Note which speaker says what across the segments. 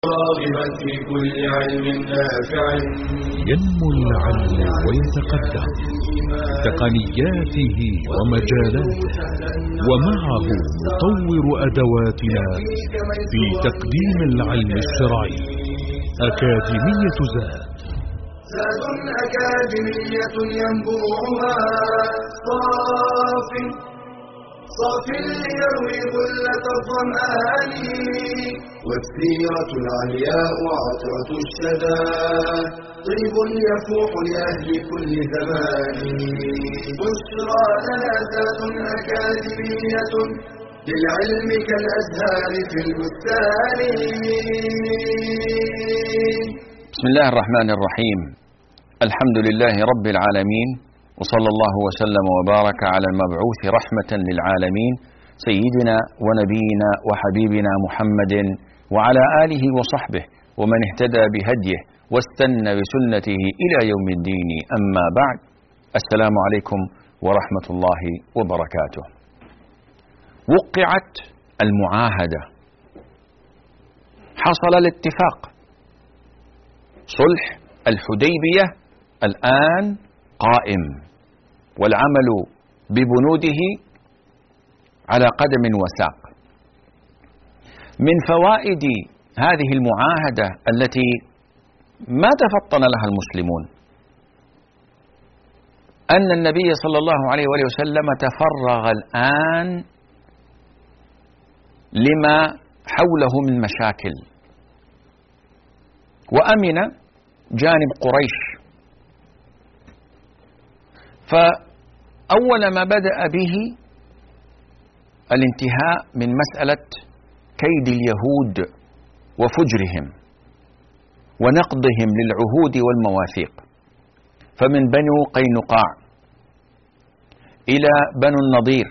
Speaker 1: راغبا في كل علم نافع
Speaker 2: ينمو العلم ويتقدم تقنياته ومجالاته، ومعه نطور أدواتنا في تقديم العلم الشرعي. أكاديمية
Speaker 1: زاد أكاديمية ينبوعها صاف ليروي غلة الظمآن، والسيرة العلياء عطرة الشدى طيب يفوح لأهل كل زمان. بشرى لنا زاد أكاديمية للعلم كالأزهار في البستان.
Speaker 3: بسم الله الرحمن الرحيم. الحمد لله رب العالمين، وصلى الله وسلم وبارك على المبعوث رحمة للعالمين سيدنا ونبينا وحبيبنا محمد وعلى آله وصحبه ومن اهتدى بهديه واستنى بسنته إلى يوم الدين. أما بعد، السلام عليكم ورحمة الله وبركاته. وقعت المعاهدة، حصل الاتفاق، صلح الحديبية الآن قائم، والعمل ببنوده على قدم وساق. من فوائد هذه المعاهدة التي ما تفطن لها المسلمون أن النبي صلى الله عليه وآله وسلم تفرغ الآن لما حوله من مشاكل، وأمن جانب قريش. فأول ما بدأ به الانتهاء من مسألة كيد اليهود وفجرهم ونقضهم للعهود والمواثيق. فمن بنو قينقاع إلى بنو النضير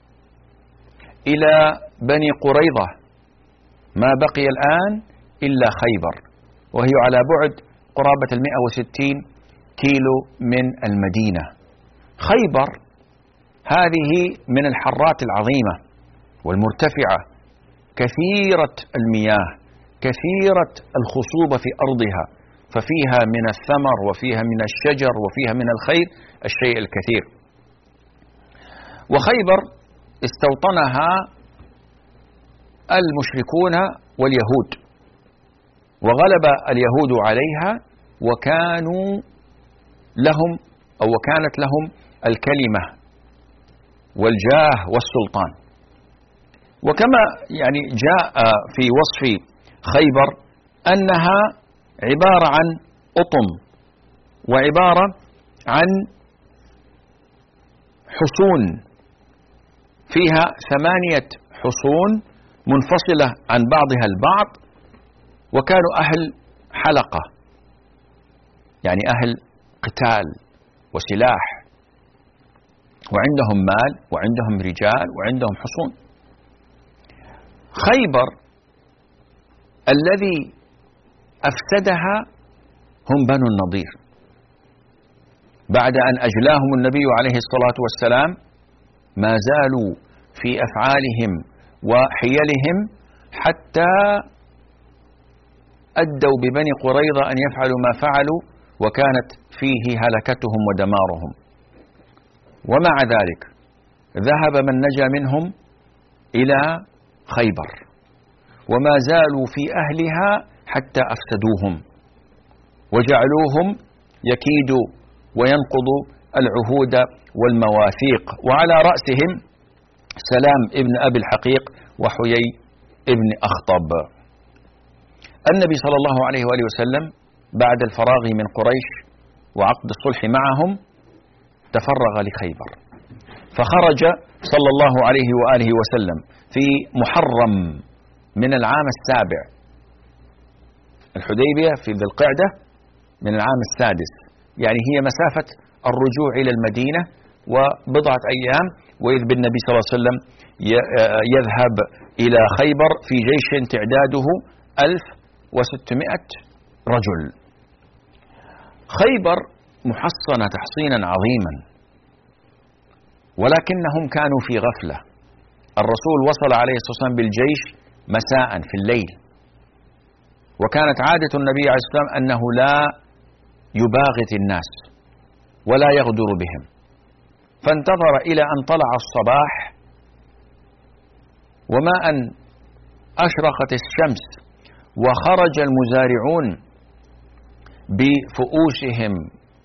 Speaker 3: إلى بني قريظة ما بقي الآن إلا خيبر، وهي على بعد قرابة 160 كيلو من المدينة. خيبر هذه من الحرات العظيمة والمرتفعة، كثيرة المياه، كثيرة الخصوبة في أرضها، ففيها من الثمر وفيها من الشجر وفيها من الخير الشيء الكثير. وخيبر استوطنها المشركون واليهود، وغلب اليهود عليها، وكانت لهم الكلمة والجاه والسلطان. وكما جاء في وصف خيبر أنها عبارة عن أطم، وعبارة عن حصون، فيها 8 حصون منفصلة عن بعضها البعض، وكانوا أهل حلقة، يعني أهل قتال وسلاح، وعندهم مال وعندهم رجال وعندهم حصون. خيبر الذي أفسدها هم بنو النضير، بعد أن أجلاهم النبي عليه الصلاة والسلام ما زالوا في أفعالهم وحيلهم حتى أدوا ببني قريظة أن يفعلوا ما فعلوا، وكانت فيه هلكتهم ودمارهم. ومع ذلك ذهب من نجا منهم إلى خيبر، وما زالوا في أهلها حتى أفسدوهم وجعلوهم يكيدوا وينقضوا العهود والمواثيق، وعلى رأسهم سلام ابن أبي الحقيق وحيي ابن أخطب. النبي صلى الله عليه وآله وسلم بعد الفراغ من قريش وعقد الصلح معهم تفرغ لخيبر، فخرج صلى الله عليه وآله وسلم في محرم من العام 7. الحديبية في ذي القعدة من العام 6، يعني هي مسافة الرجوع إلى المدينة وبضعة أيام، وإذ بالنبي صلى الله عليه وسلم يذهب إلى خيبر في جيش تعداده 1600 رجل. خيبر محصنة تحصينا عظيما، ولكنهم كانوا في غفلة. الرسول وصل عليه الصلاة والسلام بالجيش مساء في الليل، وكانت عادة النبي عليه الصلاة والسلام أنه لا يباغت الناس ولا يغدر بهم، فانتظر إلى أن طلع الصباح، وما أن أشرقت الشمس وخرج المزارعون بفؤوسهم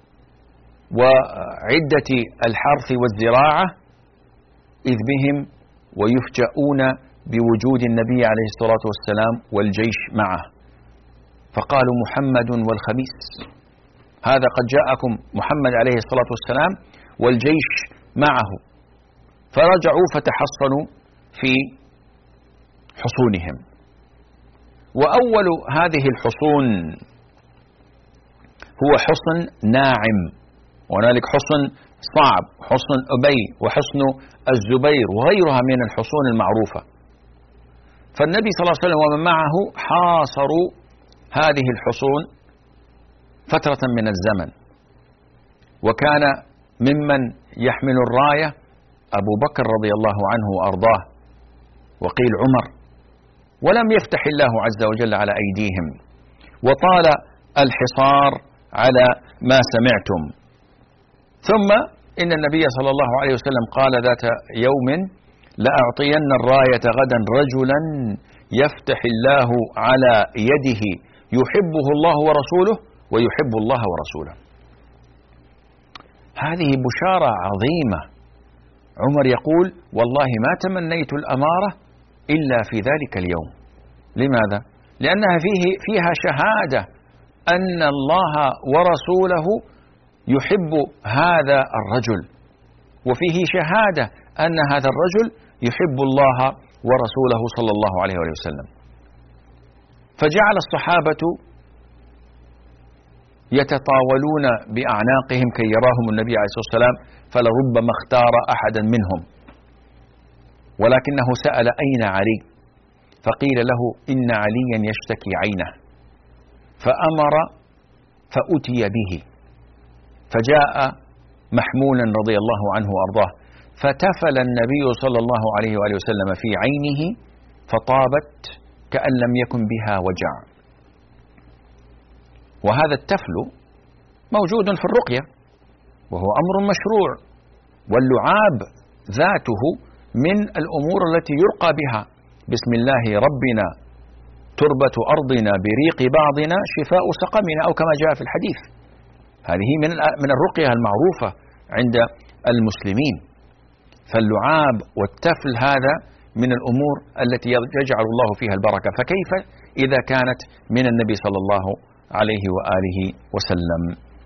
Speaker 3: وعدة الحرث والزراعة إذ بهم ويفجؤون بوجود النبي عليه الصلاة والسلام والجيش معه، فقالوا محمد والخميس، هذا قد جاءكم محمد عليه الصلاة والسلام والجيش معه. فرجعوا فتحصنوا في حصونهم. وأول هذه الحصون هو حصن ناعم، وهنالك حصن صعب، حصن أبي وحصن الزبير وغيرها من الحصون المعروفة. فالنبي صلى الله عليه وسلم ومن معه حاصروا هذه الحصون فترة من الزمن، وكان ممن يحمل الراية أبو بكر رضي الله عنه وأرضاه، وقيل عمر، ولم يفتح الله عز وجل على أيديهم، وطال الحصار على ما سمعتم. ثم إن النبي صلى الله عليه وسلم قال ذات يوم: لأعطين الراية غدا رجلا يفتح الله على يده يحبه الله ورسوله ويحب الله ورسوله. هذه بشارة عظيمة. عمر يقول: والله ما تمنيت الأمارة إلا في ذلك اليوم. لماذا؟ لأنها فيها شهادة أن الله ورسوله يحب هذا الرجل، وفيه شهادة أن هذا الرجل يحب الله ورسوله صلى الله عليه وسلم. فجعل الصحابة يتطاولون بأعناقهم كي يراهم النبي عليه الصلاة والسلام، فلربما اختار أحدا منهم، ولكنه سأل: أين علي؟ فقيل له: إن عليا يشتكي عينه، فأمر فأتي به، فجاء محمولا رضي الله عنه وأرضاه، فتفل النبي صلى الله عليه وآله وسلم في عينه فطابت كأن لم يكن بها وجع. وهذا التفل موجود في الرقية وهو أمر مشروع، واللعاب ذاته من الأمور التي يرقى بها: بسم الله ربنا تربة أرضنا بريق بعضنا شفاء سقمنا، أو كما جاء في الحديث. هذه من الرقية المعروفة عند المسلمين. فاللعاب والتفل هذا من الأمور التي يجعل الله فيها البركة، فكيف إذا كانت من النبي صلى الله عليه وآله وسلم.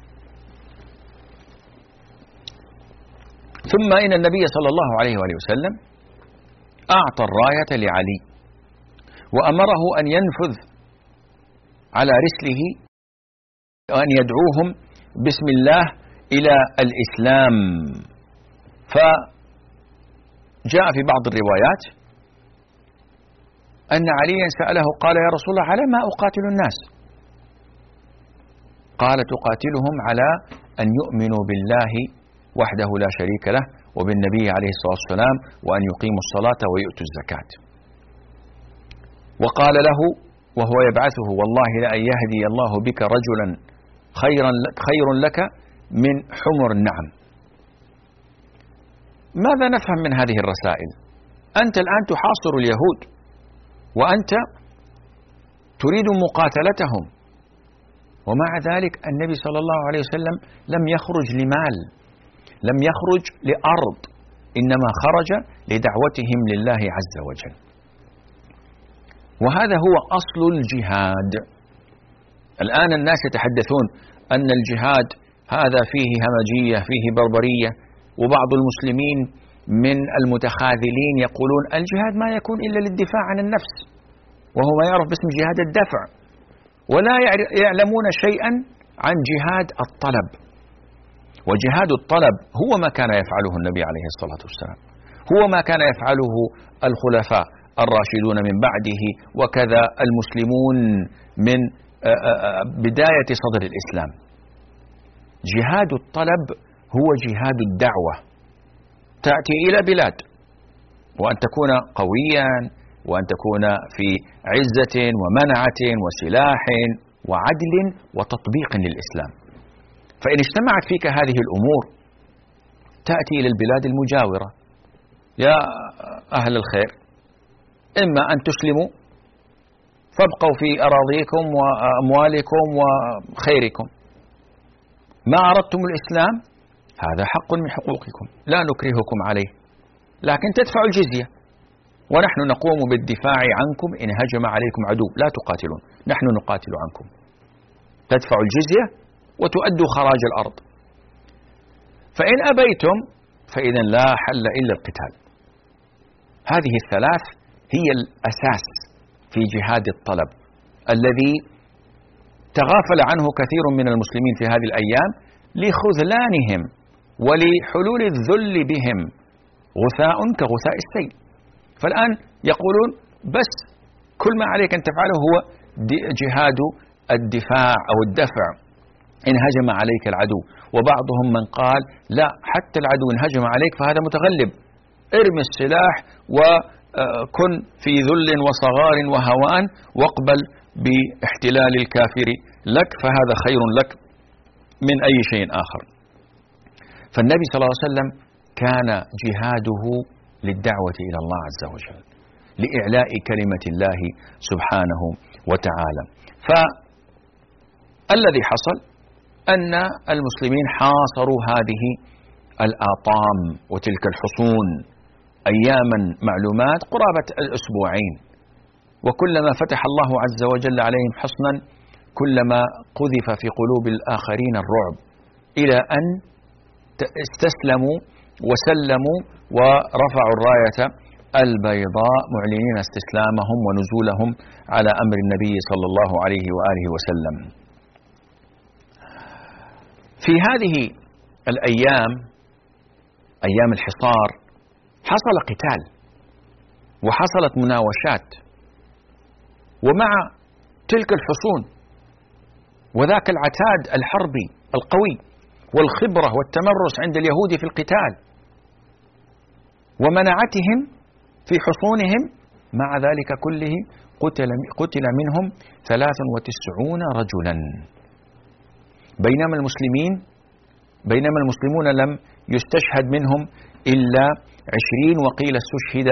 Speaker 3: ثم إن النبي صلى الله عليه وآله وسلم أعطى الراية لعلي، وأمره أن ينفذ على رسله وأن يدعوهم بسم الله إلى الإسلام. فجاء في بعض الروايات أن عليا سأله قال: يا رسول الله، على ما أقاتل الناس؟ قال: تقاتلهم على أن يؤمنوا بالله وحده لا شريك له وبالنبي عليه الصلاة والسلام، وأن يقيموا الصلاة ويؤتوا الزكاة. وقال له وهو يبعثه: والله لأن يهدي الله بك رجلا خير لك من حمر النعم. ماذا نفهم من هذه الرسائل؟ أنت الآن تحاصر اليهود، وأنت تريد مقاتلتهم، ومع ذلك النبي صلى الله عليه وسلم لم يخرج لمال، لم يخرج لأرض، إنما خرج لدعوتهم لله عز وجل. وهذا هو أصل الجهاد. الآن الناس يتحدثون أن الجهاد هذا فيه همجية، فيه بربرية، وبعض المسلمين من المتخاذلين يقولون الجهاد ما يكون إلا للدفاع عن النفس، وهو ما يعرف باسم جهاد الدفع، ولا يعلمون شيئا عن جهاد الطلب. وجهاد الطلب هو ما كان يفعله النبي عليه الصلاة والسلام، هو ما كان يفعله الخلفاء الراشدون من بعده، وكذا المسلمون من بداية صدر الإسلام. جهاد الطلب هو جهاد الدعوة، تأتي إلى بلاد، وأن تكون قويا وأن تكون في عزة ومنعة وسلاح وعدل وتطبيق للإسلام. فإن اجتمعت فيك هذه الأمور تأتي إلى البلاد المجاورة: يا أهل الخير، إما أن تسلموا فابقوا في أراضيكم وأموالكم وخيركم، ما أردتم الإسلام هذا حق من حقوقكم لا نكرهكم عليه، لكن تدفعوا الجزية ونحن نقوم بالدفاع عنكم إن هجم عليكم عدو، لا تقاتلون، نحن نقاتل عنكم. تدفعوا الجزية وتؤدوا خراج الأرض. فإن أبيتم فإذا لا حل إلا القتال. هذه الثلاث هي الأساس في جهاد الطلب الذي تغافل عنه كثير من المسلمين في هذه الأيام لخذلانهم ولحلول الذل بهم، غثاء كغثاء السيل. فالآن يقولون بس كل ما عليك أن تفعله هو جهاد الدفاع أو الدفع إن هجم عليك العدو. وبعضهم من قال لا، حتى العدو إن هجم عليك فهذا متغلب، ارمي السلاح وكن في ذل وصغار وهوان واقبل باحتلال الكافر لك، فهذا خير لك من أي شيء آخر. فالنبي صلى الله عليه وسلم كان جهاده للدعوة إلى الله عز وجل، لإعلاء كلمة الله سبحانه وتعالى. فالذي حصل أن المسلمين حاصروا هذه الآطام وتلك الحصون أياما معلومات قرابة الأسبوعين، وكلما فتح الله عز وجل عليهم حصنا كلما قذف في قلوب الآخرين الرعب، إلى أن استسلموا وسلموا ورفعوا الراية البيضاء معلنين استسلامهم ونزولهم على أمر النبي صلى الله عليه وآله وسلم. في هذه الأيام، أيام الحصار، حصل قتال وحصلت مناوشات، ومع تلك الحصون وذاك العتاد الحربي القوي والخبرة والتمرس عند اليهود في القتال ومنعتهم في حصونهم، مع ذلك كله قتل منهم 93 رجلا، بينما المسلمون لم يستشهد منهم إلا 20، وقيل استشهد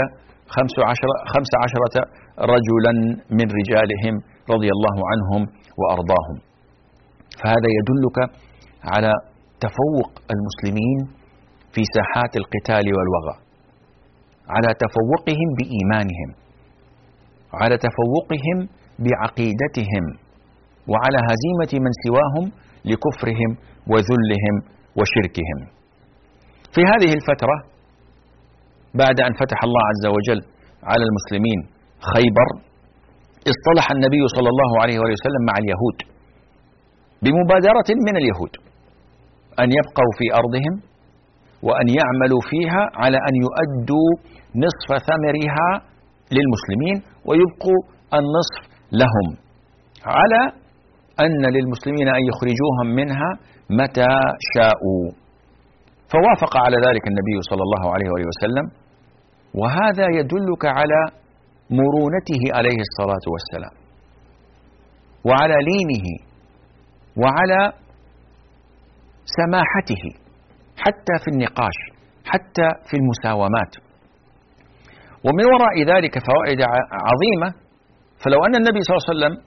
Speaker 3: 15 رجلا من رجالهم رضي الله عنهم وأرضاهم. فهذا يدلك على تفوق المسلمين في ساحات القتال والوغى، على تفوقهم بإيمانهم، على تفوقهم بعقيدتهم، وعلى هزيمة من سواهم لكفرهم وذلهم وشركهم. في هذه الفترة بعد أن فتح الله عز وجل على المسلمين خيبر، اصطلح النبي صلى الله عليه وسلم مع اليهود بمبادرة من اليهود أن يبقوا في أرضهم وأن يعملوا فيها على أن يؤدوا نصف ثمرها للمسلمين ويبقوا النصف لهم، على أن للمسلمين أن يخرجوهم منها متى شاءوا. فوافق على ذلك النبي صلى الله عليه وسلم، وهذا يدلك على مرونته عليه الصلاة والسلام، وعلى لينه، وعلى سماحته حتى في النقاش، حتى في المساومات. ومن وراء ذلك فوائد عظيمة. فلو أن النبي صلى الله عليه وسلم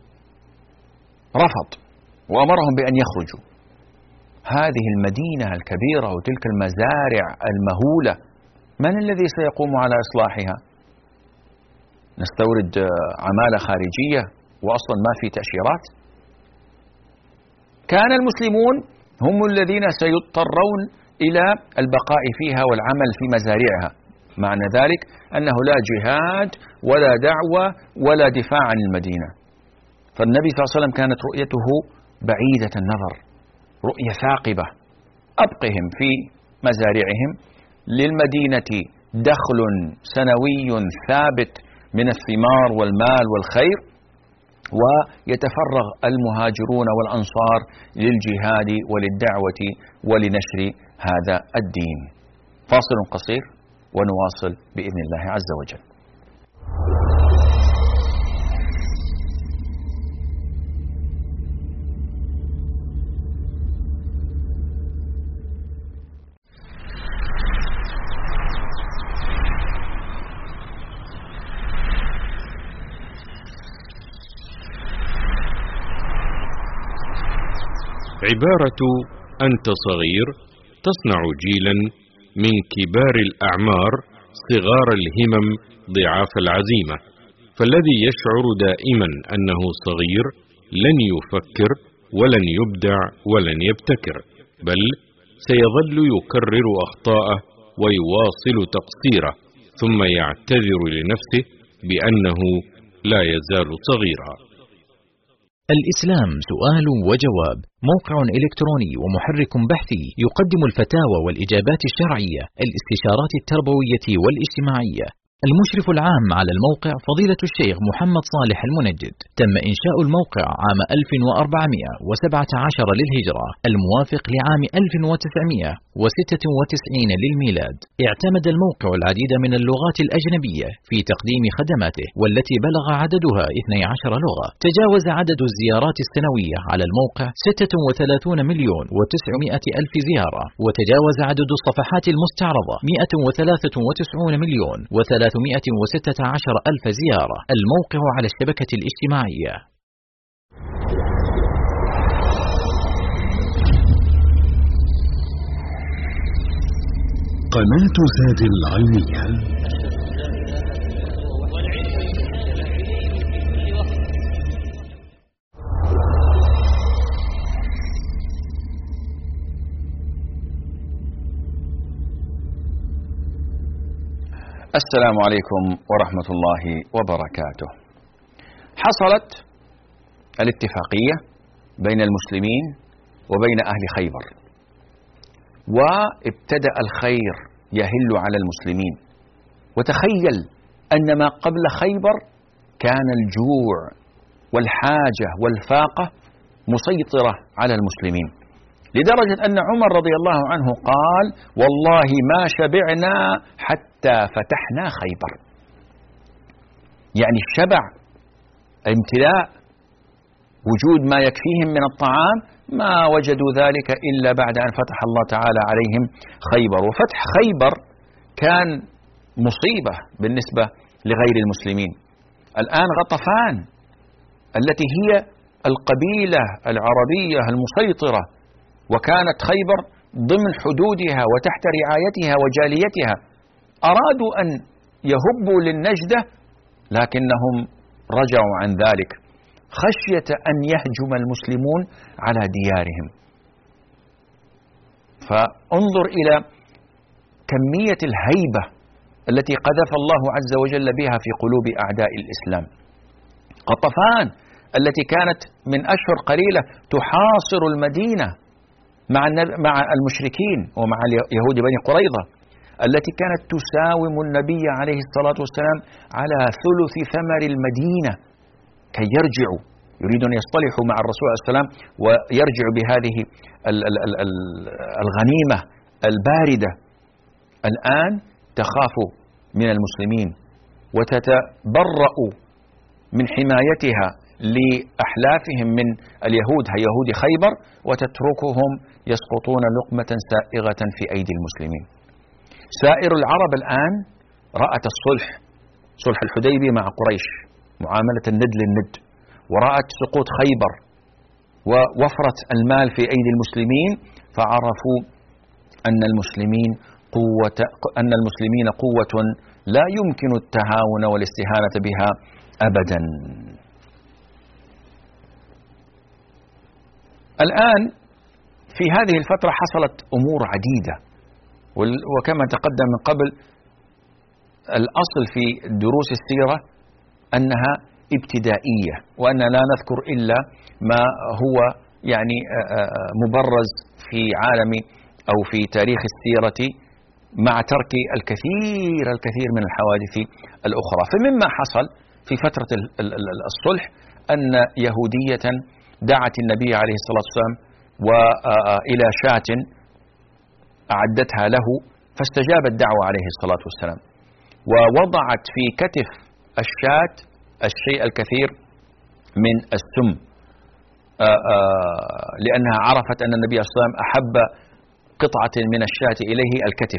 Speaker 3: رفض وأمرهم بأن يخرجوا، هذه المدينة الكبيرة وتلك المزارع المهولة من الذي سيقوم على إصلاحها؟ نستورد عمالة خارجية وأصلا ما في تأشيرات. كان المسلمون هم الذين سيضطرون إلى البقاء فيها والعمل في مزارعها، معنى ذلك أنه لا جهاد ولا دعوة ولا دفاع عن المدينة. فالنبي صلى الله عليه وسلم كانت رؤيته بعيدة النظر، رؤية ثاقبة: أبقهم في مزارعهم، للمدينة دخل سنوي ثابت من الثمار والمال والخير، ويتفرغ المهاجرون والأنصار للجهاد وللدعوة ولنشر هذا الدين. فاصل قصير ونواصل بإذن الله عز وجل.
Speaker 4: عبارة أنت صغير تصنع جيلا من كبار الأعمار صغار الهمم ضعاف العزيمة، فالذي يشعر دائما أنه صغير لن يفكر ولن يبدع ولن يبتكر، بل سيظل يكرر أخطاءه ويواصل تقصيره، ثم يعتذر لنفسه بأنه لا يزال صغيرا.
Speaker 5: الإسلام سؤال وجواب، موقع إلكتروني ومحرك بحثي يقدم الفتاوى والإجابات الشرعية، الاستشارات التربوية والاجتماعية. المشرف العام على الموقع فضيلة الشيخ محمد صالح المنجد. تم إنشاء الموقع عام 1417 للهجرة، الموافق لعام 1996 للميلاد. اعتمد الموقع العديد من اللغات الأجنبية في تقديم خدماته، والتي بلغ عددها 12 لغة. تجاوز عدد الزيارات السنوية على الموقع 36 مليون و900 ألف زيارة، وتجاوز عدد الصفحات المستعرضة 193 مليون و316 ألف زيارة. الموقع على الشبكة الاجتماعية.
Speaker 2: قناة زاد العلمية.
Speaker 3: السلام عليكم ورحمة الله وبركاته. حصلت الاتفاقية بين المسلمين وبين أهل خيبر، وابتدأ الخير يهل على المسلمين. وتخيل أن ما قبل خيبر كان الجوع والحاجة والفاقة مسيطرة على المسلمين، لدرجة أن عمر رضي الله عنه قال: والله ما شبعنا حتى فتحنا خيبر. يعني الشبع، امتلاء، وجود ما يكفيهم من الطعام، ما وجدوا ذلك إلا بعد أن فتح الله تعالى عليهم خيبر. وفتح خيبر كان مصيبة بالنسبة لغير المسلمين. الآن غطفان التي هي القبيلة العربية المسيطرة، وكانت خيبر ضمن حدودها وتحت رعايتها وجاليتها، أرادوا أن يهبوا للنجدة، لكنهم رجعوا عن ذلك خشية أن يهجم المسلمون على ديارهم. فانظر إلى كمية الهيبة التي قذف الله عز وجل بها في قلوب أعداء الإسلام. غطفان التي كانت من أشهر قليلة تحاصر المدينة مع المشركين ومع يهود بني قريظة، التي كانت تساوم النبي عليه الصلاة والسلام على ثلث ثمر المدينة كي يرجعوا، يريدون أن يصطلحوا مع الرسول عليه السلام ويرجعوا بهذه الغنيمة الباردة. الآن تخاف من المسلمين وتتبرأ من حمايتها لأحلافهم من اليهود، يهود خيبر، وتتركهم يسقطون لقمة سائغة في أيدي المسلمين. سائر العرب الآن رأت الصلح، صلح الحديبية مع قريش، معاملة الند للند، ورأت سقوط خيبر ووفرة المال في أيدي المسلمين، فعرفوا أن المسلمين قوة لا يمكن التهاون والاستهانة بها أبدا. الآن في هذه الفترة حصلت أمور عديدة، وكما تقدم من قبل، الأصل في دروس السيرة أنها ابتدائية، وأن لا نذكر إلا ما هو يعني مبرز في عالم أو في تاريخ السيرة، مع ترك الكثير من الحوادث الأخرى. فمما حصل في فترة الصلح أن يهودية دعت النبي عليه الصلاة والسلام وإلى شاة أعدتها له، فاستجاب الدعوة عليه الصلاة والسلام، ووضعت في كتف الشاة الشيء الكثير من السم، لأنها عرفت أن النبي صلى الله عليه وسلم أحب قطعة من الشاة إليه الكتف.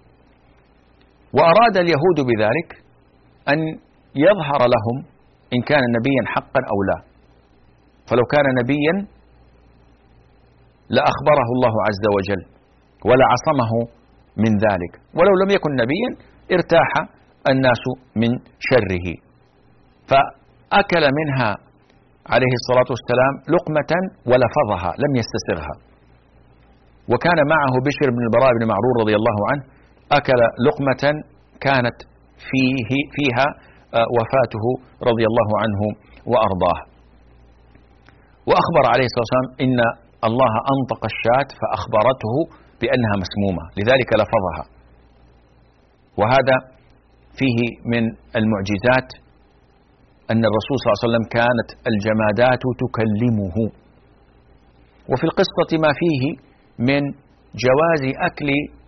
Speaker 3: وأراد اليهود بذلك أن يظهر لهم إن كان نبيا حقا أو لا. فلو كان نبيا لأخبره الله عز وجل ولعصمه من ذلك، ولو لم يكن نبيا ارتاح الناس من شره. فأكل منها عليه الصلاة والسلام لقمة ولفظها لم يستسغها. وكان معه بشر بن البراء بن معرور رضي الله عنه، أكل لقمة كانت فيها وفاته رضي الله عنه وأرضاه. وأخبر عليه الصلاة والسلام إن الله أنطق الشاة فأخبرته بأنها مسمومة، لذلك لفظها. وهذا فيه من المعجزات أن الرسول صلى الله عليه وسلم كانت الجمادات تكلمه. وفي القصة ما فيه من جواز أكل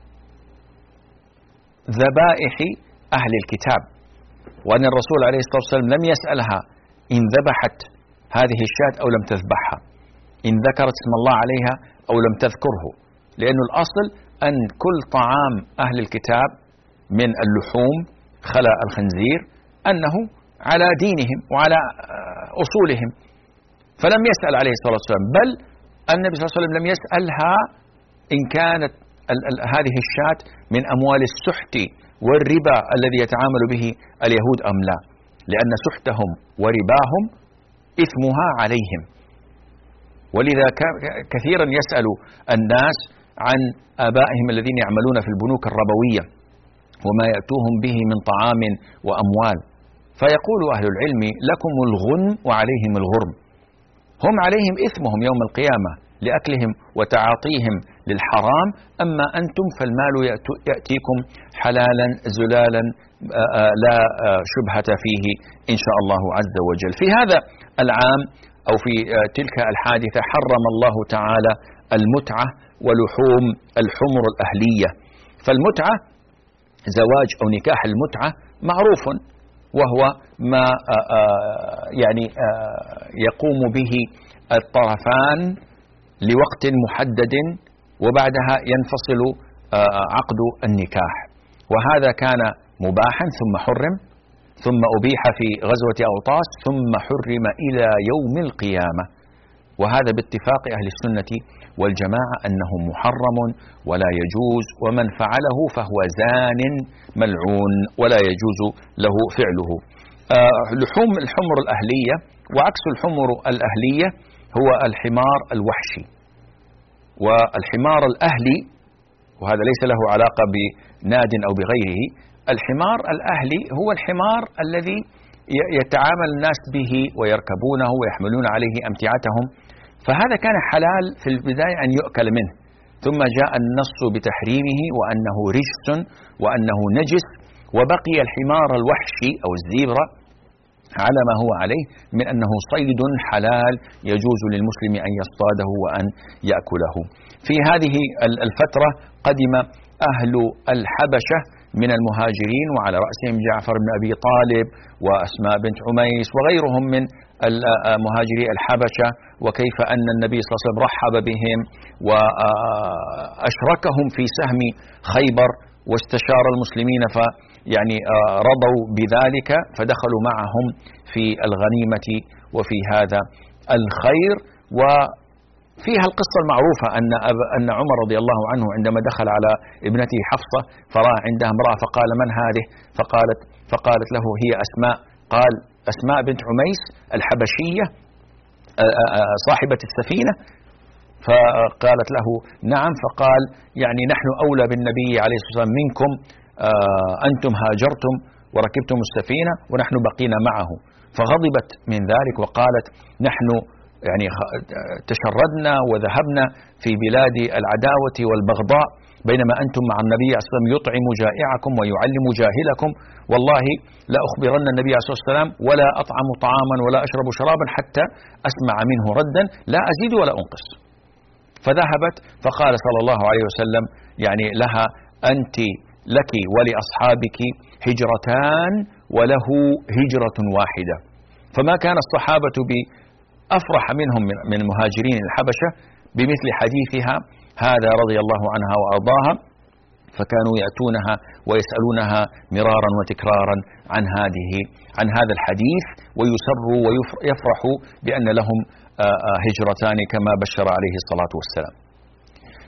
Speaker 3: ذبائح أهل الكتاب، وأن الرسول عليه الصلاة والسلام لم يسألها إن ذبحت هذه الشاة أو لم تذبحها، إن ذكرت اسم الله عليها أو لم تذكره، لأن الأصل أن كل طعام أهل الكتاب من اللحوم خلا الخنزير أنه على دينهم وعلى أصولهم، فلم يسأل عليه الصلاة والسلام، بل النبي صلى الله عليه وسلم لم يسألها إن كانت هذه الشاة من أموال السحت والربا الذي يتعامل به اليهود أم لا، لأن سحتهم ورباهم إثمها عليهم. ولذا كثيرا يسأل الناس عن آبائهم الذين يعملون في البنوك الربوية وما يأتوهم به من طعام وأموال، فيقول أهل العلم: لكم الغنم وعليهم الغرم. هم عليهم إثمهم يوم القيامة لأكلهم وتعاطيهم للحرام، أما أنتم فالمال يأتيكم حلالا زلالا لا شبهة فيه إن شاء الله عز وجل. في هذا العام أو في تلك الحادثة حرم الله تعالى المتعة ولحوم الحمر الأهلية. فالمتعة زواج أو نكاح المتعة معروف، وهو ما يقوم به الطرفان لوقت محدد وبعدها ينفصل عقد النكاح، وهذا كان مباحا ثم حرم، ثم أبيح في غزوة أوطاس، ثم حرم إلى يوم القيامة. وهذا باتفاق أهل السنة والجماعة أنه محرم ولا يجوز، ومن فعله فهو زان ملعون ولا يجوز له فعله. لحوم الحمر الأهلية وعكس الحمر الأهلية هو الحمار الوحشي. والحمار الأهلي، وهذا ليس له علاقة بناد أو بغيره، الحمار الأهلي هو الحمار الذي يتعامل الناس به ويركبونه ويحملون عليه أمتعتهم، فهذا كان حلال في البداية أن يؤكل منه، ثم جاء النص بتحريمه وأنه رجس وأنه نجس، وبقي الحمار الوحشي أو الزيبرا على ما هو عليه من أنه صيد حلال يجوز للمسلم أن يصطاده وأن يأكله. في هذه الفترة قدم أهل الحبشة من المهاجرين، وعلى رأسهم جعفر بن أبي طالب وأسماء بنت عميس وغيرهم من مهاجري الحبشة، وكيف أن النبي صلى الله عليه وسلم رحب بهم وأشركهم في سهم خيبر، واستشار المسلمين رضوا بذلك فدخلوا معهم في الغنيمة وفي هذا الخير. وفيها القصة المعروفة أن عمر رضي الله عنه عندما دخل على ابنته حفصة فرأى عندها امرأة فقال: من هذه؟ فقالت له: هي أسماء. قال: أسماء بنت عميس الحبشية صاحبة السفينة؟ فقالت له: نعم. فقال: نحن أولى بالنبي عليه الصلاة والسلام منكم، أنتم هاجرتم وركبتم السفينة ونحن بقينا معه. فغضبت من ذلك وقالت: نحن تشردنا وذهبنا في بلاد العداوة والبغضاء بينما أنتم مع النبي عليه الصلاة والسلام يطعم جائعكم ويعلم جاهلكم، والله لا أخبرن النبي عليه الصلاة والسلام ولا أطعم طعاما ولا أشرب شرابا حتى أسمع منه ردا لا أزيد ولا أنقص. فذهبت فقال صلى الله عليه وسلم لها: أنت لك ولأصحابك هجرتان وله هجرة واحدة. فما كان الصحابة بأفرح منهم من المهاجرين الحبشة بمثل حديثها هذا رضي الله عنها وأرضاها، فكانوا يأتونها ويسألونها مرارا وتكرارا عن هذا الحديث، ويسروا ويفرحوا بأن لهم هجرتان كما بشر عليه الصلاة والسلام.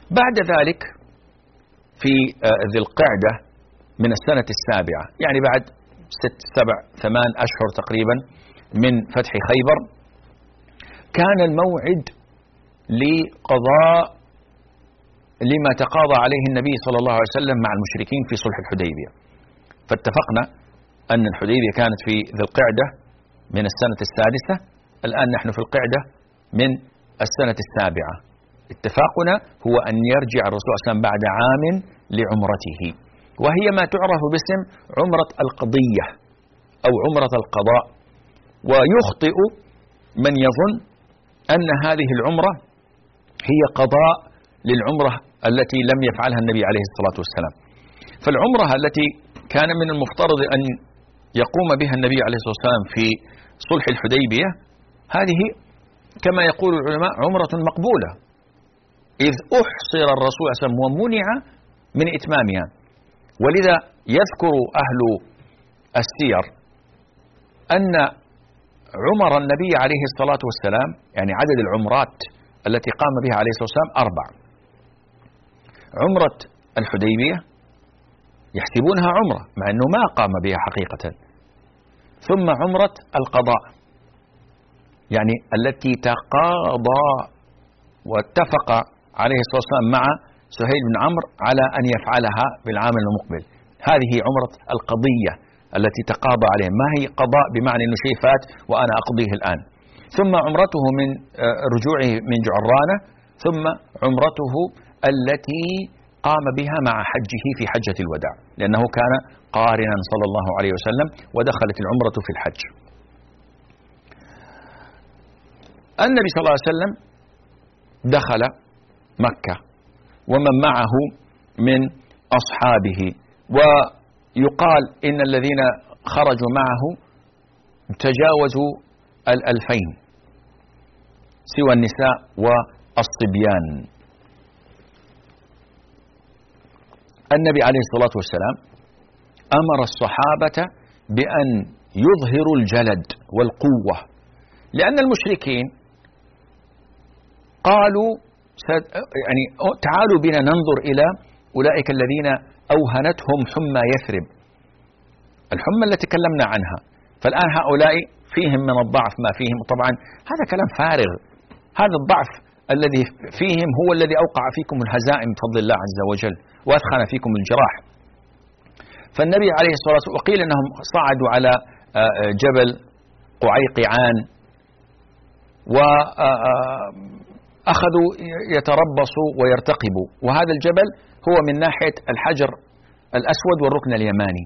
Speaker 3: بعد ذلك في ذي القعدة من السنة السابعة، يعني بعد 6 7 8 أشهر تقريبا من فتح خيبر، كان الموعد لقضاء لما تقاضى عليه النبي صلى الله عليه وسلم مع المشركين في صلح الحديبية. فاتفقنا أن الحديبية كانت في ذي القعدة من السنة السادسة، الآن نحن في القعدة من السنة السابعة. اتفاقنا هو أن يرجع الرسول صلى الله عليه وسلم بعد عام لعمرته، وهي ما تعرف باسم عمرة القضية أو عمرة القضاء. ويخطئ من يظن أن هذه العمرة هي قضاء للعمرة التي لم يفعلها النبي عليه الصلاة والسلام. فالعمرة التي كان من المفترض أن يقوم بها النبي عليه الصلاة والسلام في صلح الحديبية، هذه كما يقول العلماء عمرة مقبولة، إذ أحصر الرسول صلى الله عليه وسلم ومنع من إتمامها. ولذا يذكر أهل السير أن عمر النبي عليه الصلاة والسلام، يعني عدد العمرات التي قام بها عليه الصلاة والسلام 4: عمرة الحديبية يحسبونها عمرة مع أنه ما قام بها حقيقة، ثم عمرة القضاء يعني التي تقاضى واتفق عليه الصلاة والسلام مع سهيل بن عمرو على أن يفعلها بالعام المقبل. هذه عمرة القضية التي تقاضى عليه، ما هي قضاء بمعنى أنه شيء فات وأنا أقضيه الآن. ثم عمرته من رجوعه من جعرانة، ثم عمرته التي قام بها مع حجه في حجة الوداع، لأنه كان قارنا صلى الله عليه وسلم، ودخلت العمرة في الحج. النبي صلى الله عليه وسلم دخل مكة ومن معه من أصحابه، ويقال إن الذين خرجوا معه تجاوزوا 2000 سوى النساء والصبيان. النبي عليه الصلاة والسلام أمر الصحابة بأن يظهروا الجلد والقوة، لأن المشركين قالوا يعني تعالوا بنا ننظر إلى أولئك الذين أوهنتهم حمى يثرب، الحمى التي تكلمنا عنها. فالآن هؤلاء فيهم من الضعف ما فيهم. طبعا هذا كلام فارغ، هذا الضعف الذي فيهم هو الذي أوقع فيكم الهزائم بفضل الله عز وجل وأثخن فيكم الجراح. فالنبي عليه الصلاة والسلام وقيل أنهم صعدوا على جبل قعيقعان وأخذوا يتربصوا ويرتقبوا، وهذا الجبل هو من ناحية الحجر الأسود والركن اليماني.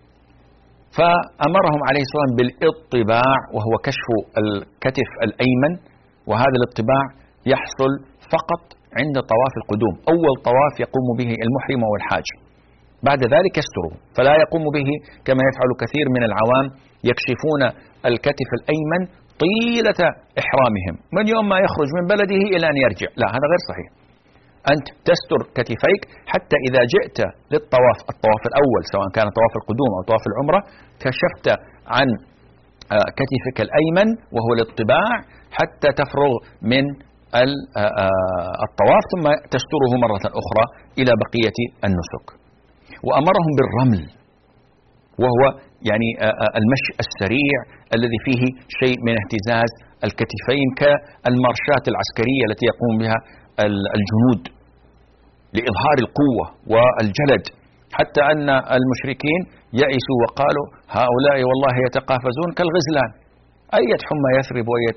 Speaker 3: فأمرهم عليه الصلاة والسلام بالاطباع، وهو كشف الكتف الأيمن، وهذا الاطباع يحصل فقط عند طواف القدوم. أول طواف يقوم به المحرم والحاج، بعد ذلك يستره، فلا يقوم به كما يفعل كثير من العوام، يكشفون الكتف الأيمن طيلة إحرامهم من يوم ما يخرج من بلده إلى أن يرجع. لا، هذا غير صحيح. أنت تستر كتفيك حتى إذا جئت للطواف، الطواف الأول سواء كان طواف القدوم أو طواف العمرة، كشفت عن كتفك الأيمن وهو الاطباع حتى تفرغ من الطواف، ثم تستره مرة أخرى إلى بقية النسك. وأمرهم بالرمل، وهو يعني المشي السريع الذي فيه شيء من اهتزاز الكتفين كالمارشات العسكرية التي يقوم بها الجنود لإظهار القوة والجلد، حتى أن المشركين يئسوا وقالوا هؤلاء والله يتقافزون كالغزلان، أية حمى يثرب وأية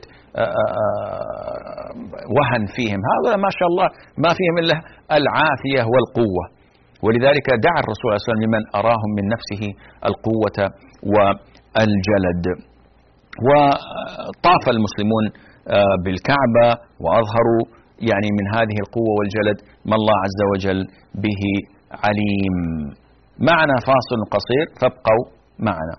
Speaker 3: وهن فيهم، هؤلاء ما شاء الله ما فيهم إلا العافية والقوة. ولذلك دعا الرسول صلى الله عليه وسلم لمن أراهم من نفسه القوة والجلد. وطاف المسلمون بالكعبة وأظهروا يعني من هذه القوة والجلد ما الله عز وجل به عليم. معنا فاصل قصير فابقوا معنا.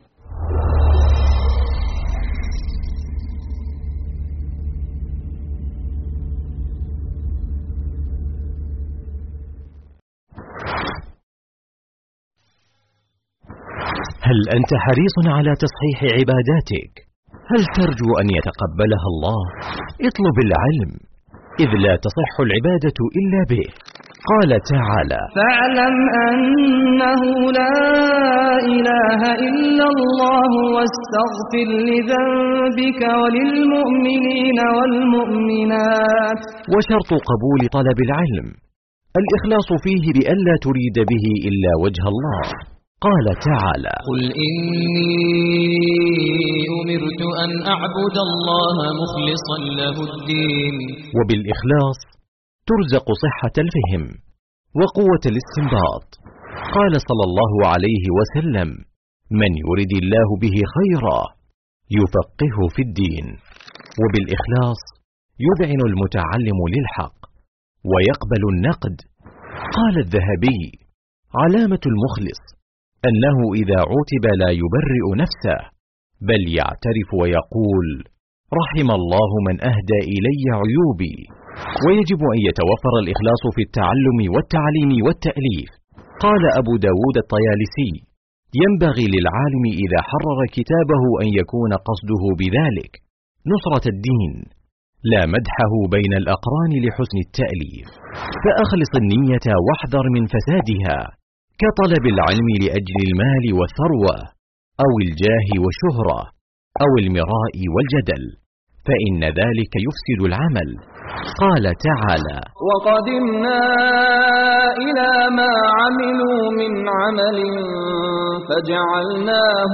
Speaker 5: هل أنت حريص على تصحيح عباداتك؟ هل ترجو أن يتقبلها الله؟ اطلب العلم، إذ لا تصح العبادة إلا به. قال تعالى:
Speaker 6: فاعلم أنه لا إله إلا الله واستغفر لذنبك وللمؤمنين والمؤمنات.
Speaker 5: وشرط قبول طلب العلم الإخلاص فيه بألا تريد به إلا وجه الله. قال تعالى:
Speaker 6: قل إني أمرت أن أعبد الله مخلصا له الدين.
Speaker 5: وبالإخلاص ترزق صحة الفهم وقوة الاستنباط. قال صلى الله عليه وسلم: من يرد الله به خيرا يفقهه في الدين. وبالإخلاص يذعن المتعلم للحق ويقبل النقد. قال الذهبي: علامة المخلص أنه إذا عوتب لا يبرئ نفسه، بل يعترف ويقول: رحم الله من أهدى إلي عيوبي. ويجب أن يتوفر الإخلاص في التعلم والتعليم والتأليف. قال أبو داود الطيالسي: ينبغي للعالم إذا حرر كتابه أن يكون قصده بذلك نصرة الدين، لا مدحه بين الأقران لحسن التأليف. فأخلص النية واحذر من فسادها، كطلب العلم لأجل المال والثروة، أو الجاه والشهرة، أو المراء والجدل، فإن ذلك يفسد العمل. قال تعالى:
Speaker 6: وقدمنا إلى ما عملوا من عمل فجعلناه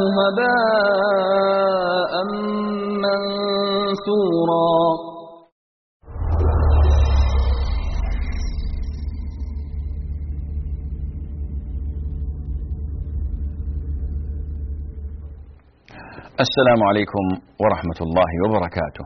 Speaker 6: هباء منثورا.
Speaker 3: السلام عليكم ورحمة الله وبركاته.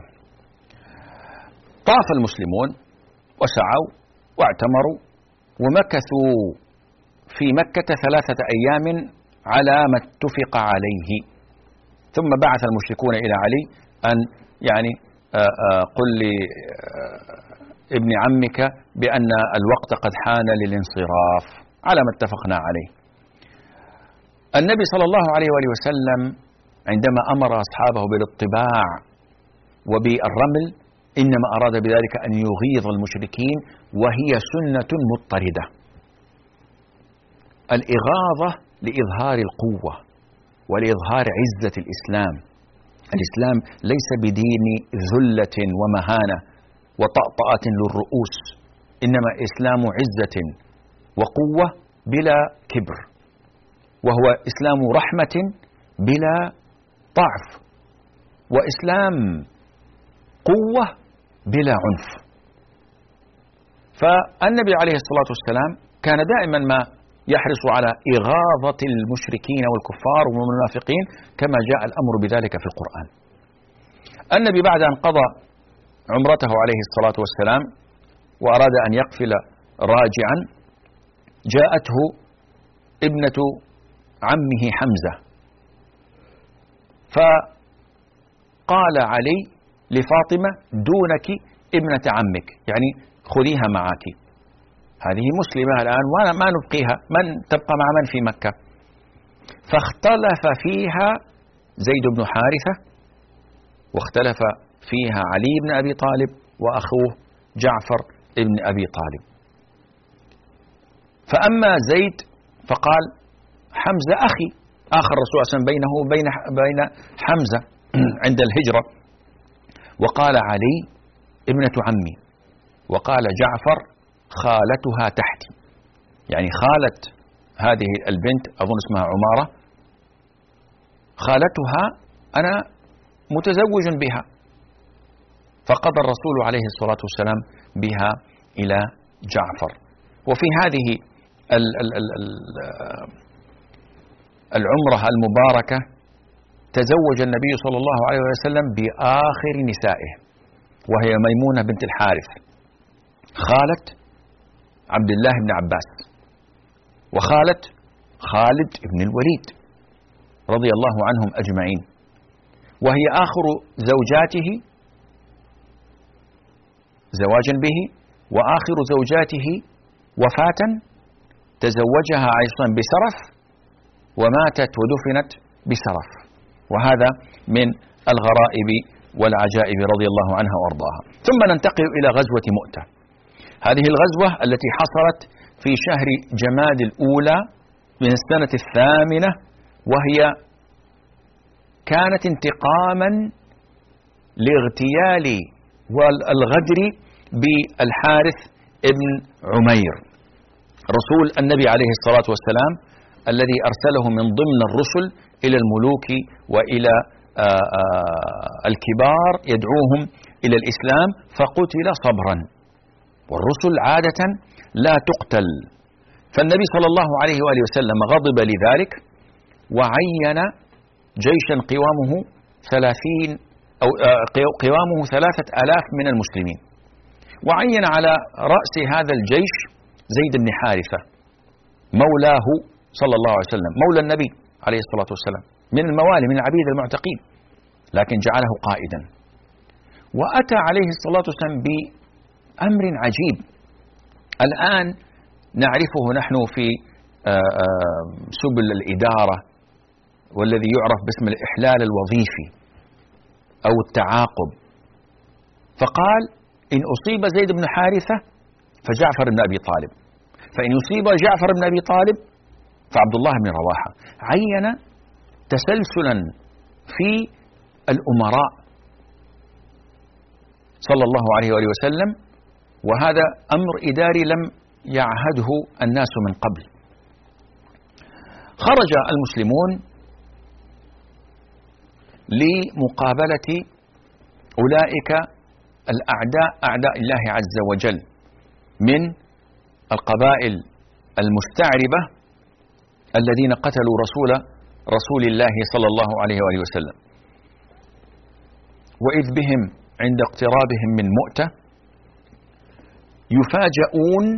Speaker 3: طاف المسلمون وسعوا واعتمروا ومكثوا في مكة 3 أيام على ما اتفق عليه، ثم بعث المشركون إلى علي أن قل لابن عمك بأن الوقت قد حان للانصراف على ما اتفقنا عليه. النبي صلى الله عليه وآله وسلم عندما أمر أصحابه بالاطباع وبالرمل إنما أراد بذلك أن يغيظ المشركين، وهي سنة مضطردة. الإغاظة لإظهار القوة ولإظهار عزة الإسلام. الإسلام ليس بدين ذلة ومهانة وطأطأة للرؤوس، إنما إسلام عزة وقوة بلا كبر، وهو إسلام رحمة بلا ضعف، وإسلام قوة بلا عنف. فالنبي عليه الصلاة والسلام كان دائما ما يحرص على إغاظة المشركين والكفار والمنافقين كما جاء الأمر بذلك في القرآن. النبي بعد أن قضى عمرته عليه الصلاة والسلام وأراد أن يقفل راجعا، جاءته ابنة عمه حمزة، فقال علي لفاطمة: دونك ابنة عمك، يعني خذيها معك، هذه مسلمة الآن وما نبقيها، من تبقى مع من في مكة؟ فاختلف فيها زيد بن حارثة، واختلف فيها علي بن أبي طالب وأخوه جعفر بن أبي طالب. فأما زيد فقال: حمزة أخي، آخر الرسول صلى الله عليه وسلم بينه وبين حمزة عند الهجرة. وقال علي: ابنة عمي. وقال جعفر: خالتها تحتي، يعني خالة هذه البنت أظن اسمها عمارة، خالتها أنا متزوج بها. فقضى الرسول عليه الصلاة والسلام بها إلى جعفر. وفي هذه العمرة المباركة تزوج النبي صلى الله عليه وسلم بآخر نسائه، وهي ميمونة بنت الحارث خالة عبد الله بن عباس وخالة خالد بن الوليد رضي الله عنهم أجمعين، وهي آخر زوجاته زواجا به وآخر زوجاته وفاة، تزوجها عليه الصلاة والسلام بسرف وماتت ودفنت بسرف. وهذا من الغرائب والعجائب رضي الله عنها وأرضاها. ثم ننتقل إلى غزوة مؤتة. هذه الغزوة التي حصلت في شهر جماد الأولى من السنة 8، وهي كانت انتقاما لاغتيال والغدر بالحارث ابن عمير رسول النبي عليه الصلاة والسلام، الذي أرسله من ضمن الرسل إلى الملوك وإلى الكبار يدعوهم إلى الإسلام، فقتل صبرا. والرسل عادة لا تقتل، فالنبي صلى الله عليه وآله وسلم غضب لذلك وعين جيشا قوامه 3000 من المسلمين، وعين على رأس هذا الجيش زيد بن حارثة مولاه صلى الله عليه وسلم، مولى النبي عليه الصلاة والسلام، من الموالي من العبيد المعتقين، لكن جعله قائدا. وأتى عليه الصلاة والسلام بأمر عجيب الآن نعرفه نحن في سبل الإدارة، والذي يعرف باسم الإحلال الوظيفي أو التعاقب. فقال: إن أصيب زيد بن حارثة فجعفر بن أبي طالب، فإن يصيب جعفر بن أبي طالب فعبد الله بن رواحة. عين تسلسلا في الأمراء صلى الله عليه وآله وسلم، وهذا أمر إداري لم يعهده الناس من قبل. خرج المسلمون لمقابلة أولئك الأعداء، أعداء الله عز وجل، من القبائل المستعربة الذين قتلوا رسول الله صلى الله عليه وآله وسلم. وإذ بهم عند اقترابهم من مؤتة يفاجؤون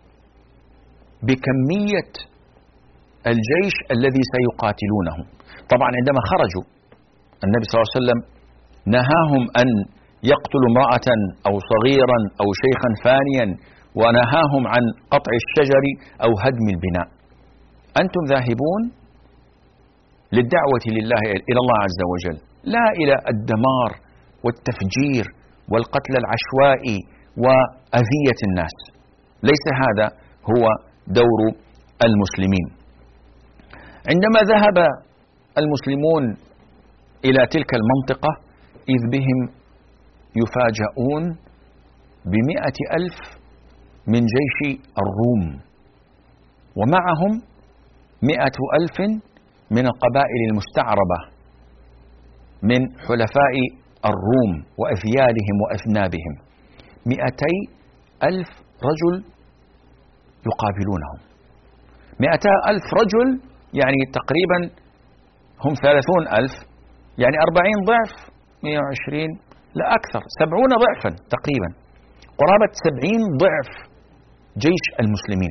Speaker 3: بكمية الجيش الذي سيقاتلونه. طبعا عندما خرجوا النبي صلى الله عليه وسلم نهاهم أن يقتلوا امرأة أو صغيرا أو شيخا فانيا، ونهاهم عن قطع الشجر أو هدم البناء. أنتم ذاهبون للدعوة لله إلى الله عز وجل، لا إلى الدمار والتفجير والقتل العشوائي وأذية الناس. ليس هذا هو دور المسلمين. عندما ذهب المسلمون إلى تلك المنطقة إذ بهم يفاجؤون ب100,000 من جيش الروم، ومعهم 100,000 من القبائل المستعربة من حلفاء الروم وأذيالهم وأذنابهم. 200,000 رجل يقابلونهم. 200,000 رجل يعني تقريبا هم 30,000، يعني 40 ضعف 120، لا أكثر، 70 ضعفا تقريبا، قرابة 70 ضعف جيش المسلمين.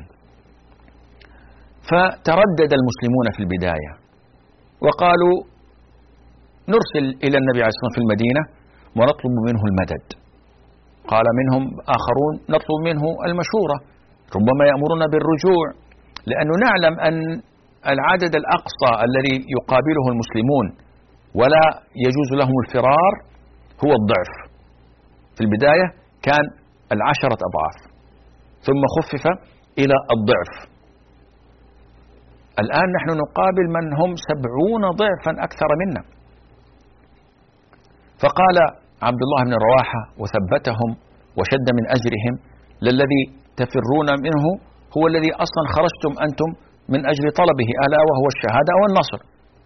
Speaker 3: فتردد المسلمون في البداية وقالوا: نرسل إلى النبي عليه الصلاة والسلام في المدينة ونطلب منه المدد. قال منهم آخرون: نطلب منه المشورة، ربما يأمرنا بالرجوع، لأنه نعلم أن العدد الأقصى الذي يقابله المسلمون ولا يجوز لهم الفرار هو الضعف. في البداية كان 10 أضعاف، ثم خفف إلى الضعف. الآن نحن نقابل من هم 70 ضعفا أكثر منا. فقال عبد الله بن رواحة وثبتهم وشد من أجرهم: للذي تفرون منه هو الذي أصلا خرجتم أنتم من أجل طلبه، ألا وهو الشهادة والنصر.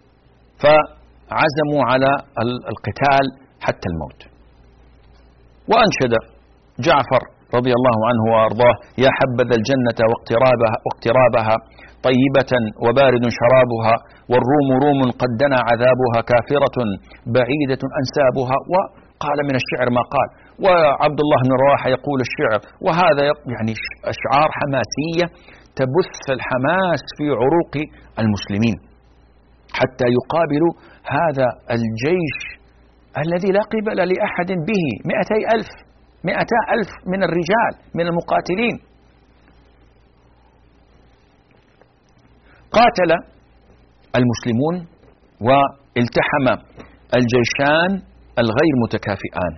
Speaker 3: فعزموا على القتال حتى الموت. وأنشد جعفر رضي الله عنه وأرضاه: يا حبذا الجنة واقترابها طيبة وبارد شرابها، والروم روم قد دنا عذابها، كافرة بعيدة أنسابها. وقال من الشعر ما قال. وعبد الله بن رواحة يقول الشعر، وهذا يعني أشعار حماسية تبث الحماس في عروق المسلمين حتى يقابلوا هذا الجيش الذي لا قبل لأحد به. 200,000 من الرجال من المقاتلين. قاتل المسلمون والتحم الجيشان الغير متكافئان.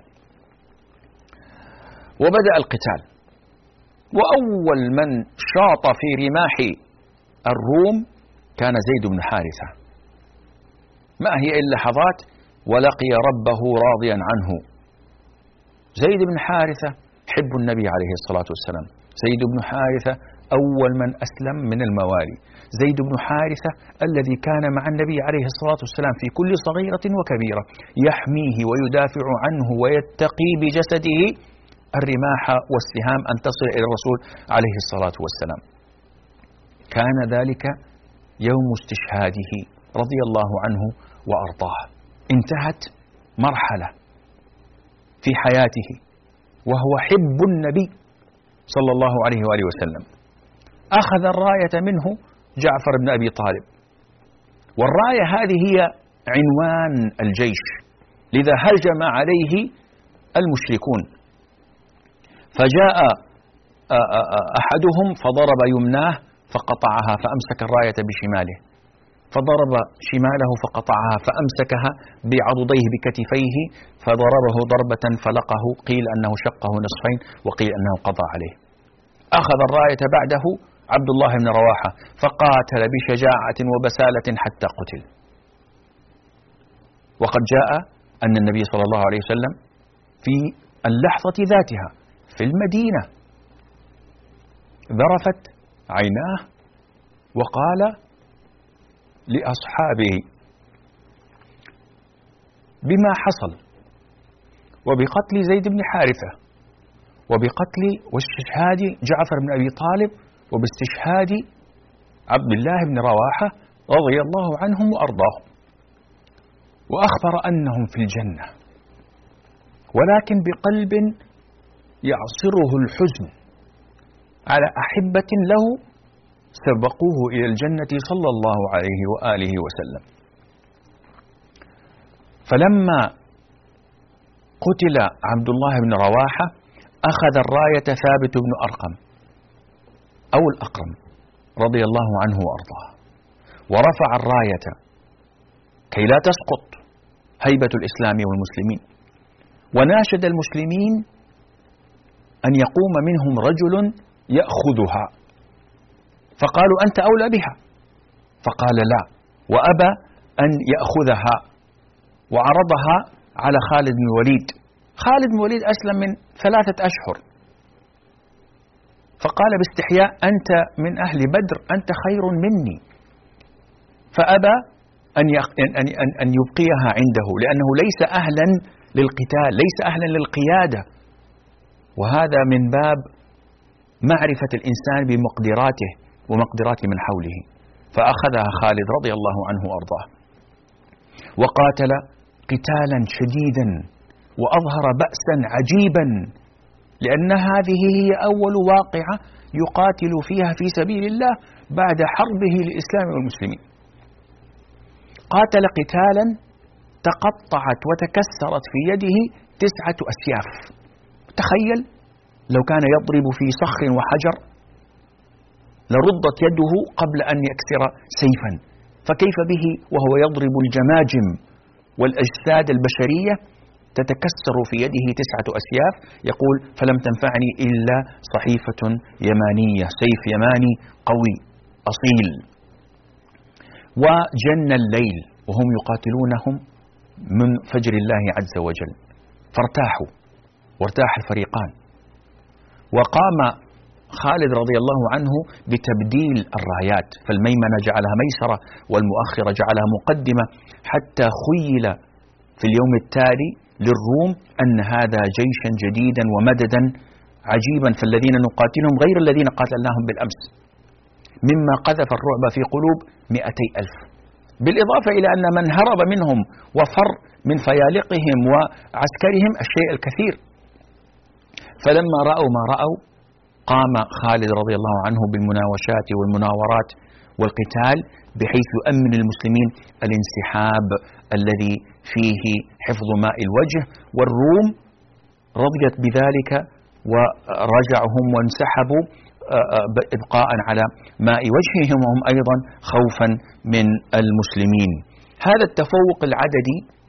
Speaker 3: وبدأ القتال، وأول من شاط في رماح الروم كان زيد بن حارثة. ما هي إلا لحظات ولقي ربه راضيا عنه. زيد بن حارثة حب النبي عليه الصلاة والسلام. زيد بن حارثة أول من أسلم من الموالي. زيد بن حارثة الذي كان مع النبي عليه الصلاة والسلام في كل صغيرة وكبيرة، يحميه ويدافع عنه ويتقي بجسده الرماح والسهام أن تصل إلى الرسول عليه الصلاة والسلام. كان ذلك يوم استشهاده رضي الله عنه وأرضاه. انتهت مرحلة في حياته وهو حب النبي صلى الله عليه وآله وسلم. أخذ الراية منه جعفر بن أبي طالب، والراية هذه هي عنوان الجيش، لذا هجم عليه المشركون، فجاء أحدهم فضرب يمناه فقطعها فأمسك الراية بشماله، فضرب شماله فقطعها فأمسكها بعضديه بكتفيه فضربه ضربة فلقه، قيل أنه شقه نصفين وقيل أنه قضى عليه. أخذ الراية بعده عبد الله بن رواحة فقاتل بشجاعة وبسالة حتى قتل. وقد جاء أن النبي صلى الله عليه وسلم في اللحظة ذاتها في المدينة ذرفت عيناه وقال لأصحابه بما حصل وبقتل زيد بن حارثة وبقتل واستشهاد جعفر بن أبي طالب وباستشهاد عبد الله بن رواحة رضي الله عنهم وأرضاهم، وأخبر أنهم في الجنة، ولكن بقلب يعصره الحزن على أحبة له سبقوه إلى الجنة صلى الله عليه وآله وسلم. فلما قتل عبد الله بن رواحة أخذ الراية ثابت بن أرقم أو الأقرم رضي الله عنه وأرضاه، ورفع الراية كي لا تسقط هيبة الإسلام والمسلمين، وناشد المسلمين أن يقوم منهم رجل يأخذها، فقالوا أنت أولى بها، فقال لا، وأبى أن يأخذها وعرضها على خالد بن الوليد. خالد بن الوليد أسلم من 3 أشهر، فقال باستحياء أنت من أهل بدر، أنت خير مني، فأبى أن يبقيها عنده لأنه ليس أهلا للقتال، ليس أهلا للقيادة، وهذا من باب معرفة الإنسان بمقدراته ومقدرات من حوله. فأخذها خالد رضي الله عنه وأرضاه وقاتل قتالا شديدا وأظهر بأسا عجيبا، لأن هذه هي أول واقعة يقاتل فيها في سبيل الله بعد حربه للإسلام والمسلمين. قاتل قتالا تقطعت وتكسرت في يده 9 أسياف. تخيل لو كان يضرب في صخر وحجر لردت يده قبل أن يكسر سيفا، فكيف به وهو يضرب الجماجم والأجساد البشرية تتكسر في يده 9 أسياف. يقول فلم تنفعني إلا صحيفة يمانية، سيف يماني قوي أصيل. وجن الليل وهم يقاتلونهم من فجر الله عز وجل، فارتاحوا وارتاح الفريقان. وقام خالد رضي الله عنه بتبديل الرايات، فالميمنة جعلها ميسرة والمؤخرة جعلها مقدمة، حتى خيل في اليوم التالي للروم أن هذا جيشا جديدا ومددا عجيبا، فالذين نقاتلهم غير الذين قاتلناهم بالأمس، مما قذف الرعب في قلوب 200,000، بالإضافة إلى أن من هرب منهم وفر من فيالقهم وعسكرهم الشيء الكثير. فلما رأوا ما رأوا قام خالد رضي الله عنه بالمناوشات والمناورات والقتال بحيث يؤمن المسلمين الانسحاب الذي فيه حفظ ماء الوجه، والروم رضيت بذلك ورجعهم وانسحبوا إبقاء على ماء وجههم وهم أيضا خوفا من المسلمين. هذا التفوق العددي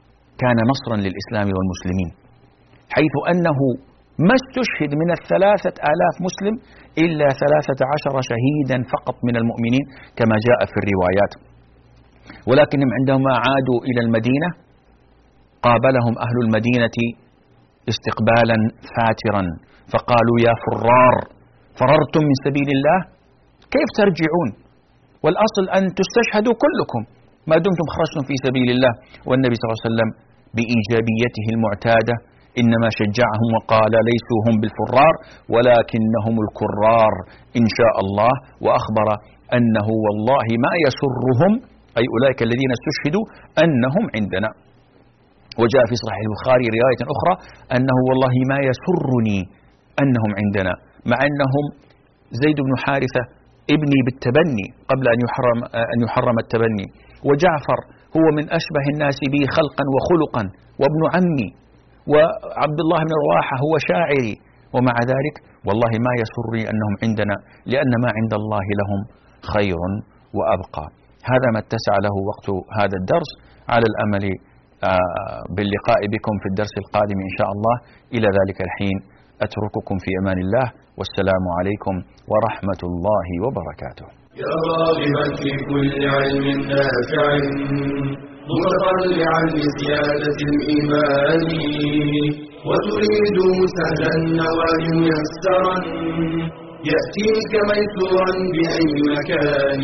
Speaker 3: كان نصرا للإسلام والمسلمين، حيث أنه ما استشهد من 3,000 مسلم إلا 13 شهيدا فقط من المؤمنين كما جاء في الروايات. ولكنهم عندما عادوا إلى المدينة قابلهم أهل المدينة استقبالا فاترا، فقالوا: يا فرار، فررتم من سبيل الله؟ كيف ترجعون؟ والأصل أن تستشهدوا كلكم ما دمتم خرجتم في سبيل الله. والنبي صلى الله عليه وسلم بإيجابيته المعتادة إنما شجعهم وقال: ليسوا هم بالفرار ولكنهم الكرار إن شاء الله، وأخبر أنه والله ما يسرهم، أي أولئك الذين استشهدوا، أنهم عندنا. وجاء في صحيح البخاري رواية أخرى أنه والله ما يسرني أنهم عندنا، مع أنهم زيد بن حارثة ابني بالتبني قبل أن يحرم التبني، وجعفر هو من أشبه الناس بي خلقا وخلقا وابن عمي، وعبد الله بن رواحة هو شاعري، ومع ذلك والله ما يسرني أنهم عندنا، لأن ما عند الله لهم خير وأبقى. هذا ما اتسع له وقت هذا الدرس، على الأمل باللقاء بكم في الدرس القادم إن شاء الله. إلى ذلك الحين أترككم في أمان الله، والسلام عليكم ورحمة الله وبركاته.
Speaker 1: يا راغبا في كل علم نافع متطلعا لزيادة الإيمان، وتريد سهلا النوال ميسرا يأتيك ميسورا بأي مكان.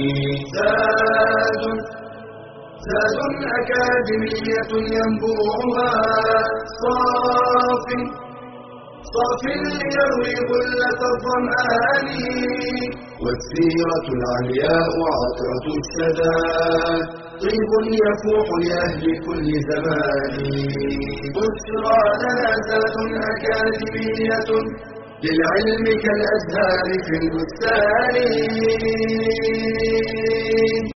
Speaker 1: زاد أكاديمية ينبوعها صاف ليروي غلة الظمآن، والسيرة العلياء عطرة الشدى طيب يفوح لأهل كل زمان. بشرى لنا زاد أكاديمية للعلم كالأزهار في البستان.